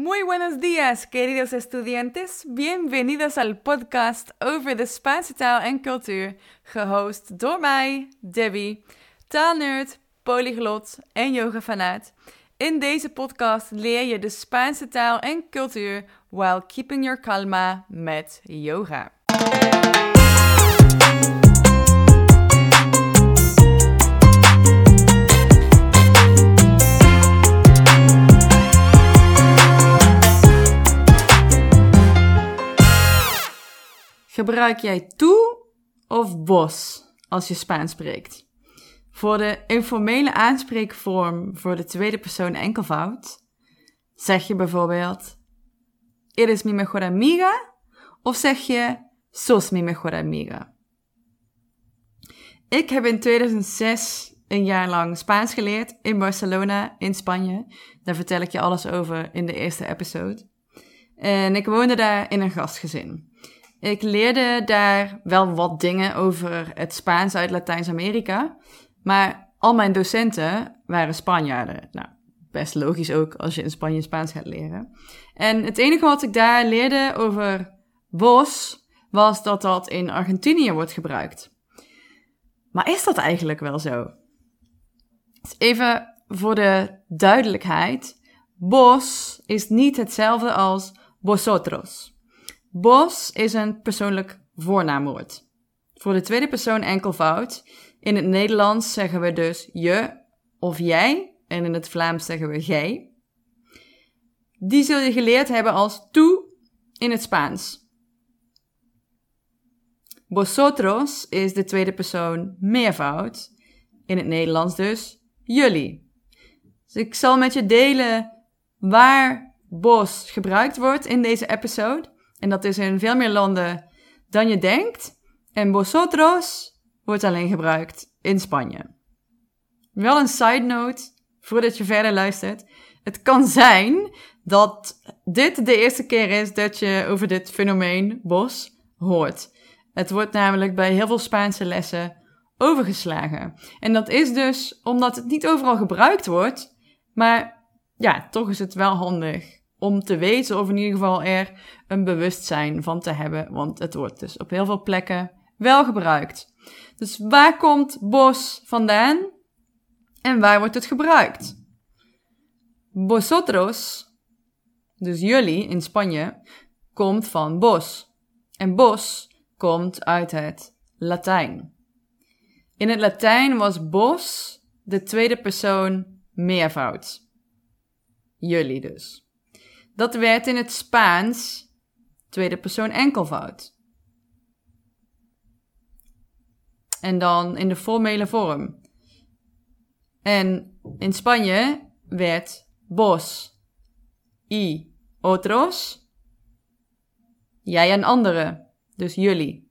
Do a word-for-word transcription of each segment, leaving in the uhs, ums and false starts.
Muy buenos días, queridos estudiantes. Bienvenidos al podcast over de Spaanse taal en cultuur, gehost door mij, Debbie, taalnerd, polyglot en yogafanaat. In deze podcast leer je de Spaanse taal en cultuur while keeping your calma met yoga. Gebruik jij tú of vos als je Spaans spreekt? Voor de informele aanspreekvorm voor de tweede persoon enkelvoud zeg je bijvoorbeeld eres mi mejor amiga of zeg je sos mi mejor amiga. Ik heb in tweeduizend zes een jaar lang Spaans geleerd in Barcelona in Spanje. Daar vertel ik je alles over in de eerste episode. En ik woonde daar in een gastgezin. Ik leerde daar wel wat dingen over het Spaans uit Latijns-Amerika, maar al mijn docenten waren Spanjaarden. Nou, best logisch ook als je in Spanje Spaans gaat leren. En het enige wat ik daar leerde over vos was dat dat in Argentinië wordt gebruikt. Maar is dat eigenlijk wel zo? Dus even voor de duidelijkheid. Vos is niet hetzelfde als vosotros. Vos is een persoonlijk voornaamwoord. Voor de tweede persoon enkelvoud. In het Nederlands zeggen we dus je of jij. En in het Vlaams zeggen we gij. Die zul je geleerd hebben als tú in het Spaans. Vosotros is de tweede persoon meervoud. In het Nederlands dus jullie. Dus ik zal met je delen waar vos gebruikt wordt in deze episode. En dat is in veel meer landen dan je denkt. En vosotros wordt alleen gebruikt in Spanje. Wel een side note, voordat je verder luistert. Het kan zijn dat dit de eerste keer is dat je over dit fenomeen vos hoort. Het wordt namelijk bij heel veel Spaanse lessen overgeslagen. En dat is dus omdat het niet overal gebruikt wordt. Maar ja, toch is het wel handig om te weten of in ieder geval er een bewustzijn van te hebben. Want het wordt dus op heel veel plekken wel gebruikt. Dus waar komt vos vandaan? En waar wordt het gebruikt? Vosotros, dus jullie in Spanje, komt van bos. En bos komt uit het Latijn. In het Latijn was bos de tweede persoon meervoud. Jullie dus. Dat werd in het Spaans tweede persoon enkelvoud. En dan in de formele vorm. En in Spanje werd vos y otros, jij en anderen, dus jullie.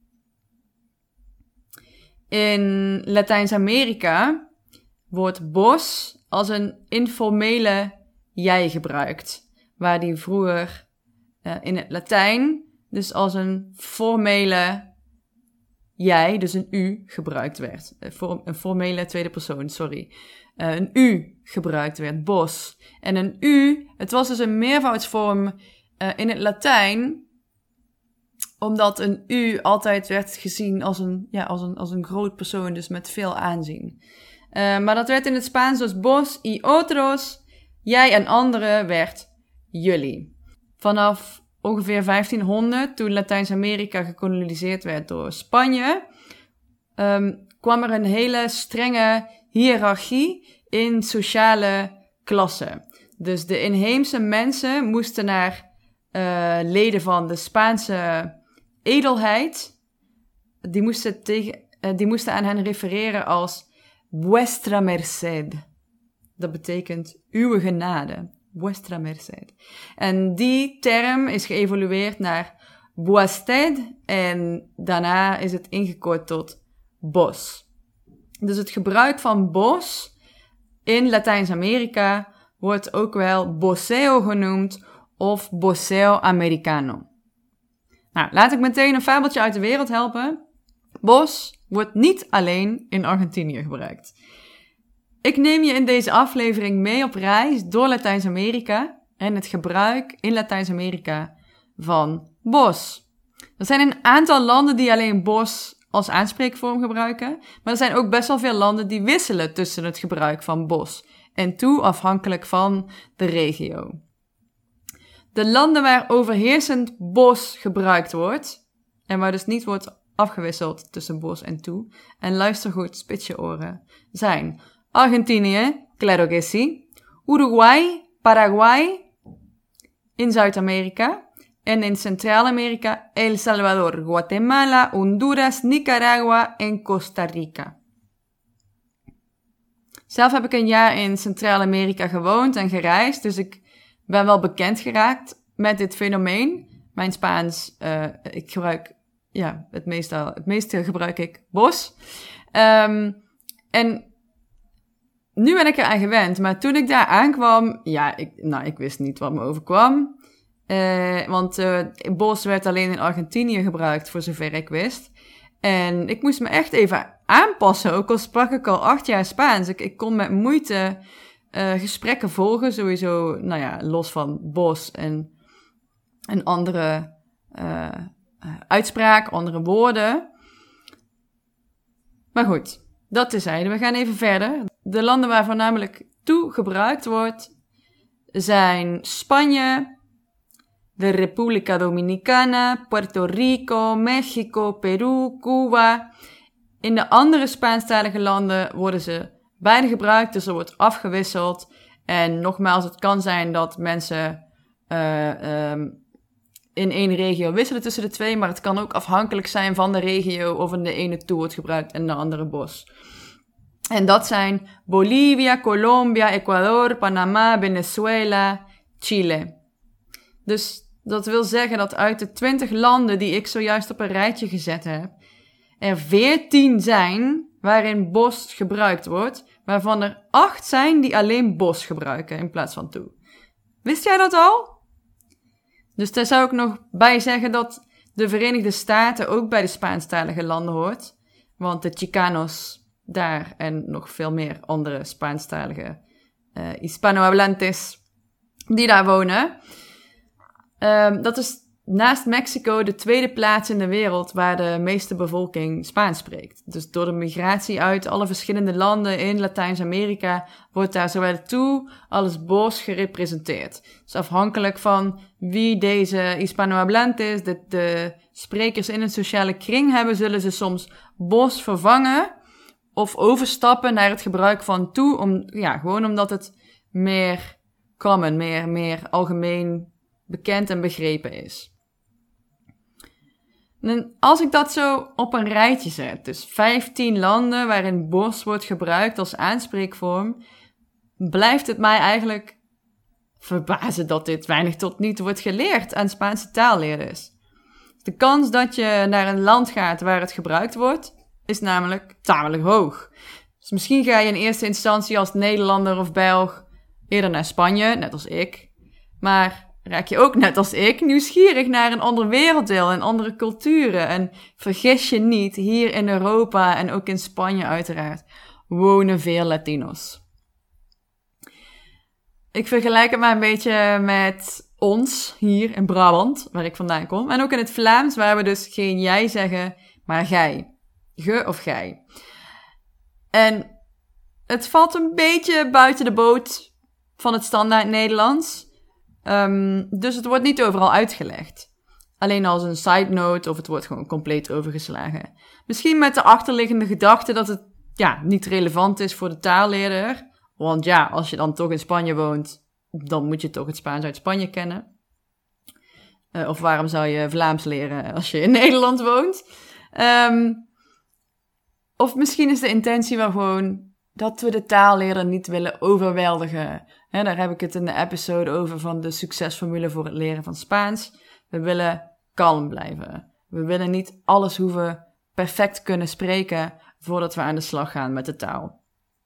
In Latijns-Amerika wordt vos als een informele jij gebruikt. Waar die vroeger uh, in het Latijn dus als een formele jij, dus een u, gebruikt werd. Een formele tweede persoon, sorry. Uh, een u gebruikt werd, vos. En een u, het was dus een meervoudsvorm uh, in het Latijn, omdat een u altijd werd gezien als een, ja, als een, als een groot persoon, dus met veel aanzien. Uh, maar dat werd in het Spaans dus vos y otros, jij en anderen werd jullie. Vanaf ongeveer vijftienhonderd, toen Latijns-Amerika gekoloniseerd werd door Spanje, um, kwam er een hele strenge hiërarchie in sociale klassen. Dus de inheemse mensen moesten naar uh, leden van de Spaanse edelheid. Die moesten, tegen, uh, die moesten aan hen refereren als vuestra merced. Dat betekent uw genade. Vuestra merced. En die term is geëvolueerd naar vuested en daarna is het ingekort tot vos. Dus het gebruik van vos in Latijns-Amerika wordt ook wel voseo genoemd of voseo americano. Nou, laat ik meteen een fabeltje uit de wereld helpen. Vos wordt niet alleen in Argentinië gebruikt. Ik neem je in deze aflevering mee op reis door Latijns-Amerika. en het gebruik in Latijns-Amerika van bos. Er zijn een aantal landen die alleen bos als aanspreekvorm gebruiken, maar er zijn ook best wel veel landen die wisselen tussen het gebruik van bos en toe, afhankelijk van de regio. De landen waar overheersend bos gebruikt wordt, en waar dus niet wordt afgewisseld tussen bos en toe, en luister goed, spits je oren, zijn Argentinië, claro que sí, Uruguay, Paraguay, in Zuid-Amerika, en in Centraal-Amerika El Salvador, Guatemala, Honduras, Nicaragua en Costa Rica. Zelf heb ik een jaar in Centraal-Amerika gewoond en gereisd, dus ik ben wel bekend geraakt met dit fenomeen. Mijn Spaans, uh, ik gebruik, ja, het meeste, het meeste gebruik ik bos. Um, en nu ben ik eraan gewend, maar toen ik daar aankwam, ja, ik, nou, ik wist niet wat me overkwam. Uh, want uh, bos werd alleen in Argentinië gebruikt, voor zover ik wist. En ik moest me echt even aanpassen, ook al sprak ik al acht jaar Spaans. Ik, ik kon met moeite uh, gesprekken volgen, sowieso, nou ja, los van bos en, en andere uh, uitspraak, andere woorden. Maar goed, dat tezijde. We gaan even verder. De landen waar voornamelijk toe gebruikt wordt zijn Spanje, de República Dominicana, Puerto Rico, Mexico, Peru, Cuba. In de andere Spaanstalige landen worden ze beide gebruikt, dus er wordt afgewisseld. En nogmaals, het kan zijn dat mensen uh, um, in één regio wisselen tussen de twee, maar het kan ook afhankelijk zijn van de regio of in de ene toe wordt gebruikt en de andere bos. En dat zijn Bolivia, Colombia, Ecuador, Panama, Venezuela, Chile. Dus dat wil zeggen dat uit de twintig landen die ik zojuist op een rijtje gezet heb, er veertien zijn waarin bos gebruikt wordt, waarvan er acht zijn die alleen bos gebruiken in plaats van toe. Wist jij dat al? Dus daar zou ik nog bij zeggen dat de Verenigde Staten ook bij de Spaanstalige landen hoort, want de Chicanos daar en nog veel meer andere Spaanstalige uh, Hispanohablantes die daar wonen. Um, dat is naast Mexico de tweede plaats in de wereld waar de meeste bevolking Spaans spreekt. Dus door de migratie uit alle verschillende landen in Latijns-Amerika wordt daar zowel toe als bos gerepresenteerd. Dus afhankelijk van wie deze Hispanohablantes, de, de sprekers in een sociale kring hebben, zullen ze soms bos vervangen of overstappen naar het gebruik van toe, om, ja, gewoon omdat het meer common, meer, meer algemeen bekend en begrepen is. En als ik dat zo op een rijtje zet, dus vijftien landen waarin bos wordt gebruikt als aanspreekvorm, blijft het mij eigenlijk verbazen dat dit weinig tot niet wordt geleerd aan Spaanse taalleerders. De kans dat je naar een land gaat waar het gebruikt wordt, is namelijk tamelijk hoog. Dus misschien ga je in eerste instantie als Nederlander of Belg eerder naar Spanje, net als ik, maar raak je ook net als ik nieuwsgierig naar een ander werelddeel en andere culturen. En vergis je niet, hier in Europa en ook in Spanje uiteraard, wonen veel Latino's. Ik vergelijk het maar een beetje met ons hier in Brabant, waar ik vandaan kom. En ook in het Vlaams, waar we dus geen jij zeggen, maar gij. Ge of gij. En het valt een beetje buiten de boot van het standaard Nederlands. Um, dus het wordt niet overal uitgelegd. Alleen als een side note of het wordt gewoon compleet overgeslagen. Misschien met de achterliggende gedachte dat het ja, niet relevant is voor de taalleerder. Want ja, als je dan toch in Spanje woont, dan moet je toch het Spaans uit Spanje kennen. Uh, of waarom zou je Vlaams leren als je in Nederland woont? Um, of misschien is de intentie wel gewoon dat we de taalleerder niet willen overweldigen. He, daar heb ik het in de episode over van de succesformule voor het leren van Spaans. We willen kalm blijven. We willen niet alles hoeven perfect kunnen spreken voordat we aan de slag gaan met de taal.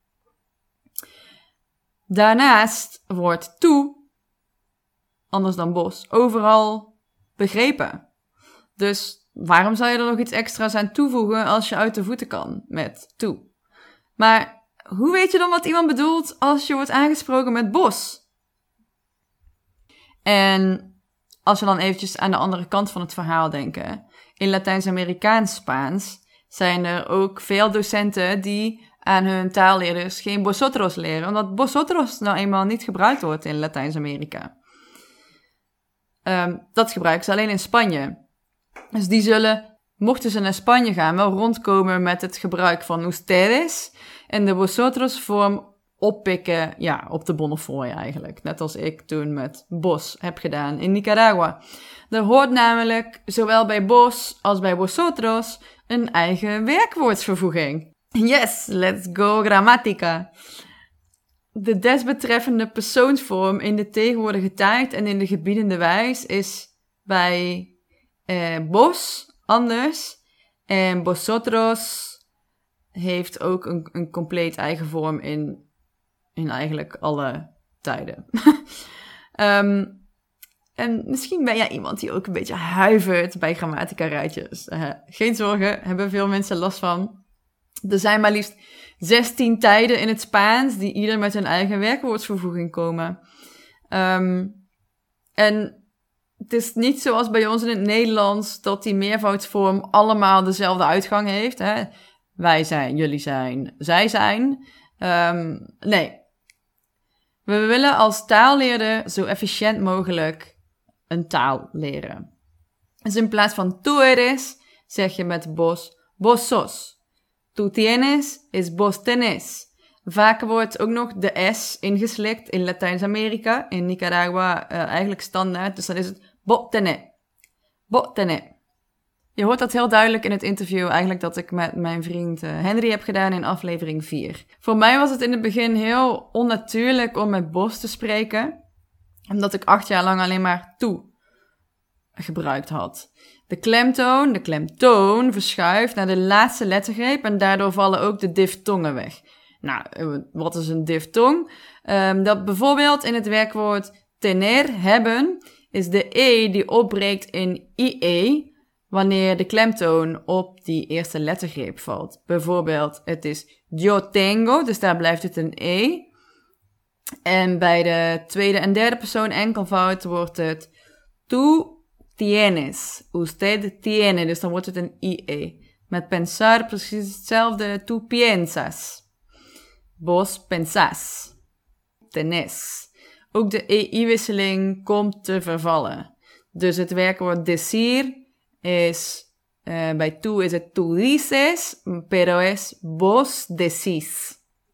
Daarnaast wordt toe, anders dan bos, overal begrepen. Dus waarom zou je er nog iets extra's aan toevoegen als je uit de voeten kan met toe? Maar hoe weet je dan wat iemand bedoelt als je wordt aangesproken met bos? En als we dan eventjes aan de andere kant van het verhaal denken. In Latijns-Amerikaans Spaans zijn er ook veel docenten die aan hun taalleerders geen vosotros leren. Omdat vosotros nou eenmaal niet gebruikt wordt in Latijns-Amerika. Um, dat gebruiken ze alleen in Spanje. Dus die zullen, mochten ze naar Spanje gaan, wel rondkomen met het gebruik van ustedes. En de vosotros vorm oppikken, ja, op de Bonnefoy eigenlijk. Net als ik toen met vos heb gedaan in Nicaragua. Er hoort namelijk, zowel bij vos als bij vosotros, een eigen werkwoordsvervoeging. Yes, let's go grammatica. De desbetreffende persoonsvorm in de tegenwoordige tijd en in de gebiedende wijs is bij eh, vos anders. En vosotros heeft ook een, een compleet eigen vorm in, in eigenlijk alle tijden. um, en misschien ben jij iemand die ook een beetje huivert bij grammatica-rijtjes. Uh, geen zorgen, hebben veel mensen last van. Er zijn maar liefst zestien tijden in het Spaans die ieder met hun eigen werkwoordsvervoeging komen. Um, en het is niet zoals bij ons in het Nederlands dat die meervoudsvorm allemaal dezelfde uitgang heeft. Hè? Wij zijn, jullie zijn, zij zijn. Um, nee. We willen als taalleerder zo efficiënt mogelijk een taal leren. Dus in plaats van tú eres, zeg je met vos, vos sos. Tú tienes is vos tenés. Vaak wordt ook nog de S ingeslikt in Latijns-Amerika. In Nicaragua uh, eigenlijk standaard. Dus dan is het vos tenés. Vos tenés. Je hoort dat heel duidelijk in het interview eigenlijk dat ik met mijn vriend uh, Henry heb gedaan in aflevering vier. Voor mij was het in het begin heel onnatuurlijk om met vos te spreken. Omdat ik acht jaar lang alleen maar tú gebruikt had. De klemtoon, de klemtoon verschuift naar de laatste lettergreep en daardoor vallen ook de diftongen weg. Nou, wat is een diftong? Um, dat bijvoorbeeld in het werkwoord tener, hebben, is de e die opbreekt in ie wanneer de klemtoon op die eerste lettergreep valt. Bijvoorbeeld, het is yo tengo, dus daar blijft het een e. En bij de tweede en derde persoon enkelvoud wordt het tú tienes, usted tiene, dus dan wordt het een ie. Met pensar precies hetzelfde, tú piensas. Vos pensás. Tenés. Ook de ei-wisseling komt te vervallen. Dus het werkwoord decir is, uh, bij tú is het tú dices, pero es vos decís.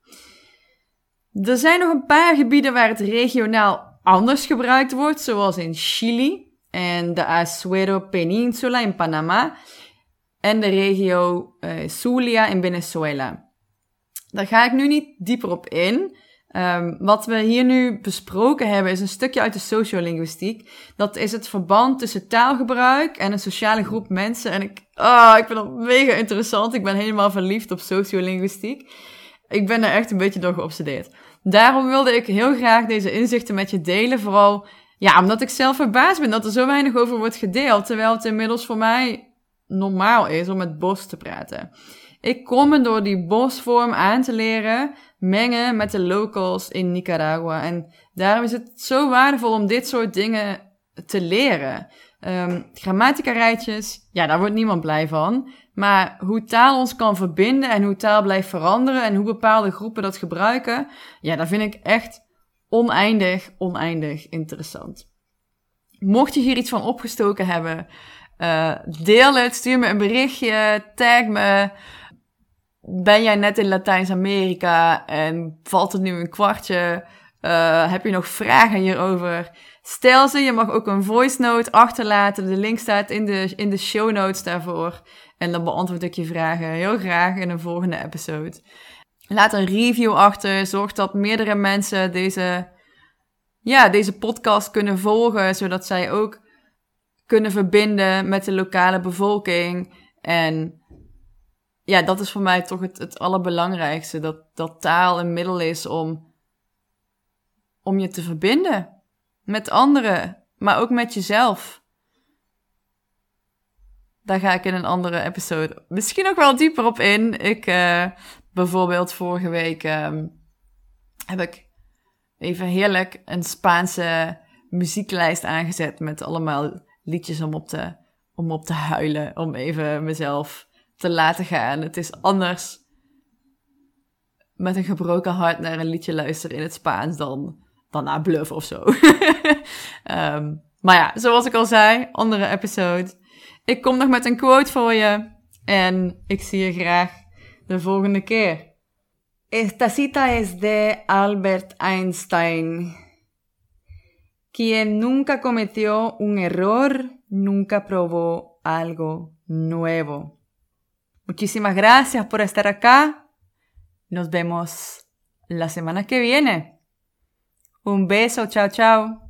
Er zijn nog een paar gebieden waar het regionaal anders gebruikt wordt, zoals in Chili en de Azuero Peninsula in Panama en de regio uh, Zulia in Venezuela. Daar ga ik nu niet dieper op in. Um, wat we hier nu besproken hebben is een stukje uit de sociolinguïstiek. Dat is het verband tussen taalgebruik en een sociale groep mensen. En ik, oh, ik vind dat mega interessant. Ik ben helemaal verliefd op sociolinguïstiek. Ik ben er echt een beetje door geobsedeerd. Daarom wilde ik heel graag deze inzichten met je delen. Vooral, ja, omdat ik zelf verbaasd ben dat er zo weinig over wordt gedeeld. Terwijl het inmiddels voor mij normaal is om met vos te praten. Ik kon me door die vos-vorm aan te leren mengen met de locals in Nicaragua. En daarom is het zo waardevol om dit soort dingen te leren. Um, Grammatica-rijtjes, ja, daar wordt niemand blij van. Maar hoe taal ons kan verbinden en hoe taal blijft veranderen en hoe bepaalde groepen dat gebruiken, ja, dat vind ik echt oneindig, oneindig interessant. Mocht je hier iets van opgestoken hebben, uh, deel het, stuur me een berichtje, tag me. Ben jij net in Latijns-Amerika en valt het nu een kwartje? Uh, heb je nog vragen hierover? Stel ze, je mag ook een voice note achterlaten. De link staat in de, in de show notes daarvoor. En dan beantwoord ik je vragen heel graag in een volgende episode. Laat een review achter. Zorg dat meerdere mensen deze, ja, deze podcast kunnen volgen. Zodat zij ook kunnen verbinden met de lokale bevolking. En ja, dat is voor mij toch het, het allerbelangrijkste. Dat, dat taal een middel is om, om je te verbinden. Met anderen, maar ook met jezelf. Daar ga ik in een andere episode misschien ook wel dieper op in. Ik, uh, bijvoorbeeld vorige week um, heb ik even heerlijk een Spaanse muzieklijst aangezet met allemaal liedjes om op te, om op te huilen. Om even mezelf te laten gaan. Het is anders met een gebroken hart naar een liedje luisteren in het Spaans dan, dan naar Bluff of zo. um, maar ja, zoals ik al zei, andere episode. Ik kom nog met een quote voor je. En ik zie je graag de volgende keer. Esta cita es de Albert Einstein. Quien nunca cometió un error, nunca probó algo nuevo. Muchísimas gracias por estar acá. Nos vemos la semana que viene. Un beso, chao, chao.